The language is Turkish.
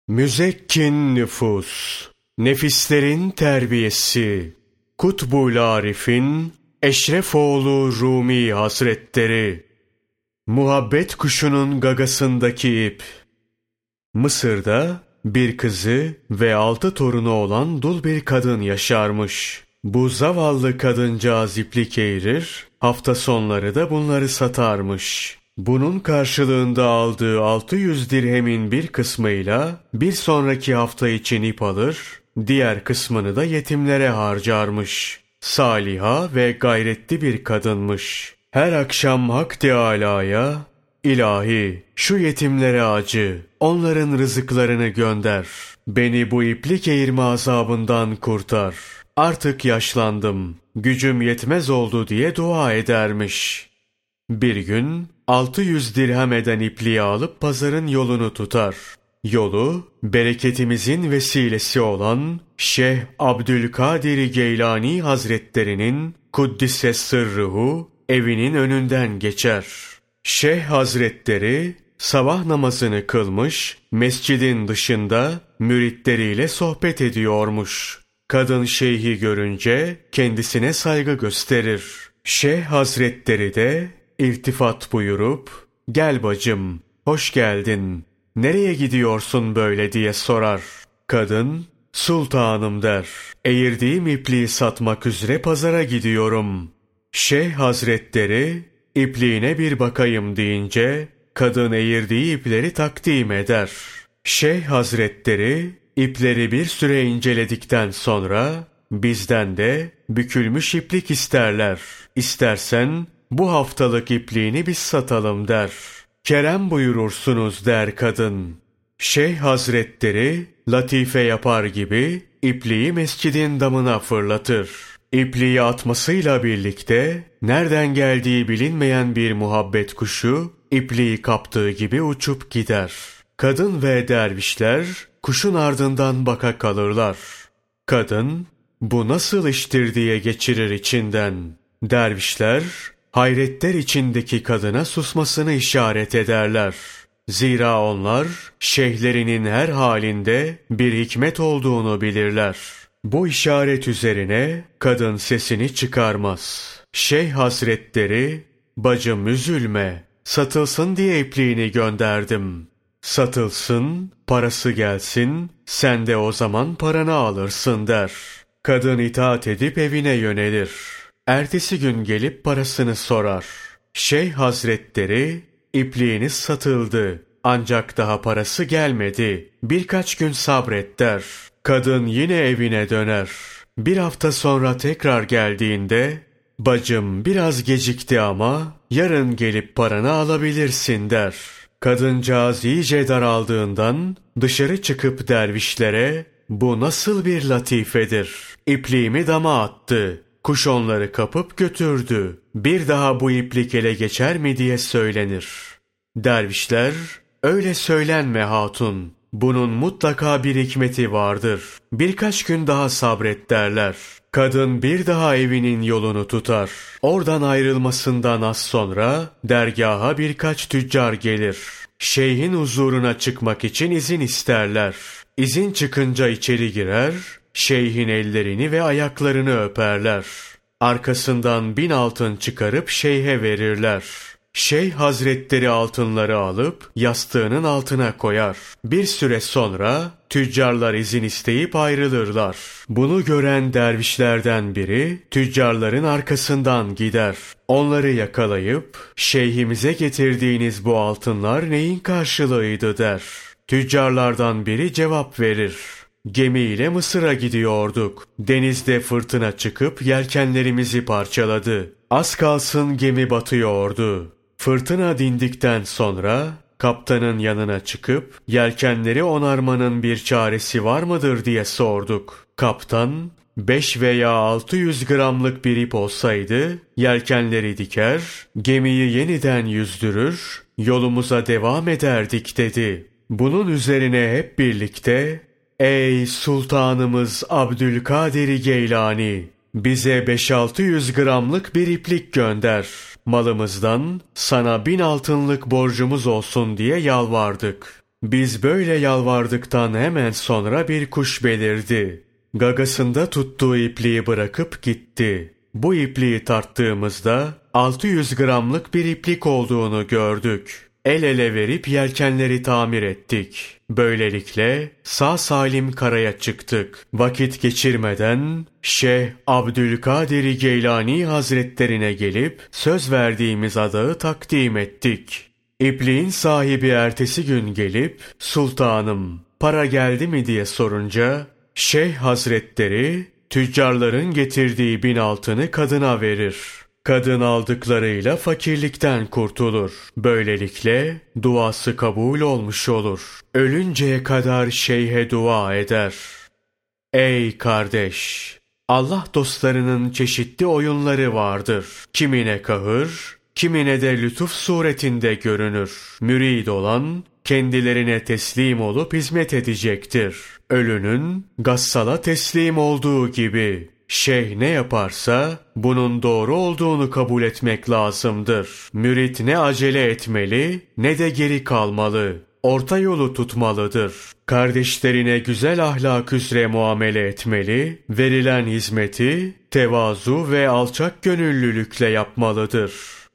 Müzekkin nüfus, nefislerin terbiyesi, Kutbul Arif'in Eşrefoğlu Rumi Hazretleri. Muhabbet kuşunun gagasındaki ip. Mısır'da bir kızı ve 6 torunu olan dul bir kadın yaşarmış. Bu zavallı kadıncağız iplik eğirir, hafta sonları da bunları satarmış. Bunun karşılığında aldığı 600 dirhemin bir kısmıyla bir sonraki hafta için ip alır, diğer kısmını da yetimlere harcarmış. Saliha ve gayretli bir kadınmış. Her akşam Hak Teâlâ'ya, "İlahi, şu yetimlere acı, onların rızıklarını gönder. Beni bu iplik eğirme azabından kurtar. Artık yaşlandım, gücüm yetmez oldu" diye dua edermiş. Bir gün 600 dirhem eden ipliği alıp pazarın yolunu tutar. Yolu, bereketimizin vesilesi olan Şeyh Abdülkadir Geylani Hazretlerinin Kuddise Sırrıhu evinin önünden geçer. Şeyh Hazretleri sabah namazını kılmış, mescidin dışında müritleriyle sohbet ediyormuş. Kadın şeyhi görünce kendisine saygı gösterir. Şeyh Hazretleri de iltifat buyurup, "Gel bacım, hoş geldin. Nereye gidiyorsun böyle?" diye sorar. Kadın, "Sultanım" der. "Eğirdiğim ipliği satmak üzere pazara gidiyorum." Şeyh Hazretleri, "İpliğine bir bakayım" deyince, kadın eğirdiği ipleri takdim eder. Şeyh Hazretleri, ipleri bir süre inceledikten sonra, "Bizden de bükülmüş iplik isterler. İstersen bu haftalık ipliğini biz satalım" der. "Kerem buyurursunuz" der kadın. Şeyh Hazretleri latife yapar gibi ipliği mescidin damına fırlatır. İpliği atmasıyla birlikte nereden geldiği bilinmeyen bir muhabbet kuşu ipliği kaptığı gibi uçup gider. Kadın ve dervişler kuşun ardından baka kalırlar. Kadın, "Bu nasıl iştir?" diye geçirir içinden. Dervişler hayretler içindeki kadına susmasını işaret ederler. Zira onlar şeyhlerinin her halinde bir hikmet olduğunu bilirler. Bu işaret üzerine kadın sesini çıkarmaz. Şeyh Hazretleri, "Bacım üzülme, satılsın diye ipliğini gönderdim. Satılsın, parası gelsin, sen de o zaman paranı alırsın" der. Kadın itaat edip evine yönelir. Ertesi gün gelip parasını sorar. Şeyh Hazretleri, "İpliğiniz satıldı, ancak daha parası gelmedi. Birkaç gün sabret" der. Kadın yine evine döner. Bir hafta sonra tekrar geldiğinde, "Bacım biraz gecikti ama yarın gelip paranı alabilirsin" der. Kadıncağız iyice daraldığından dışarı çıkıp dervişlere, "Bu nasıl bir latifedir? İpliğimi dama attı. Kuş onları kapıp götürdü. Bir daha bu iplik ele geçer mi?" diye söylenir. Dervişler, "Öyle söylenme hatun. Bunun mutlaka bir hikmeti vardır. Birkaç gün daha sabret" derler. Kadın bir daha evinin yolunu tutar. Oradan ayrılmasından az sonra dergaha birkaç tüccar gelir. Şeyhin huzuruna çıkmak için izin isterler. İzin çıkınca içeri girer, şeyhin ellerini ve ayaklarını öperler. Arkasından 1000 altın çıkarıp şeyhe verirler. Şeyh Hazretleri altınları alıp yastığının altına koyar. Bir süre sonra tüccarlar izin isteyip ayrılırlar. Bunu gören dervişlerden biri tüccarların arkasından gider. Onları yakalayıp, "Şeyhimize getirdiğiniz bu altınlar neyin karşılığıydı?" der. Tüccarlardan biri cevap verir. "Gemiyle Mısır'a gidiyorduk. Denizde fırtına çıkıp yelkenlerimizi parçaladı. Az kalsın gemi batıyordu. Fırtına dindikten sonra kaptanın yanına çıkıp yelkenleri onarmanın bir çaresi var mıdır diye sorduk. Kaptan, 5 veya 600 gramlık bir ip olsaydı yelkenleri diker, gemiyi yeniden yüzdürür, yolumuza devam ederdik" dedi. Bunun üzerine hep birlikte, "Ey Sultanımız Abdülkadir Geylani, bize 5-600 gramlık bir iplik gönder. Malımızdan sana 1000 altınlık borcumuz olsun" diye yalvardık. Biz böyle yalvardıktan hemen sonra bir kuş belirdi. Gagasında tuttuğu ipliği bırakıp gitti. Bu ipliği tarttığımızda 600 gramlık bir iplik olduğunu gördük. El ele verip yelkenleri tamir ettik. Böylelikle sağ salim karaya çıktık. Vakit geçirmeden Şeyh Abdülkadir Geylani Hazretlerine gelip söz verdiğimiz adağı takdim ettik. İpliğin sahibi ertesi gün gelip "Sultanım, para geldi mi?" diye sorunca Şeyh Hazretleri tüccarların getirdiği 1000 altını kadına verir. Kadın aldıklarıyla fakirlikten kurtulur. Böylelikle duası kabul olmuş olur. Ölünceye kadar şeyhe dua eder. Ey kardeş! Allah dostlarının çeşitli oyunları vardır. Kimine kahır, kimine de lütuf suretinde görünür. Mürid olan kendilerine teslim olup hizmet edecektir. Ölünün gassala teslim olduğu gibi şeyh ne yaparsa bunun doğru olduğunu kabul etmek lazımdır. Mürit ne acele etmeli ne de geri kalmalı. Orta yolu tutmalıdır. Kardeşlerine güzel ahlak üzere muamele etmeli, verilen hizmeti tevazu ve alçak gönüllülükle yapmalıdır.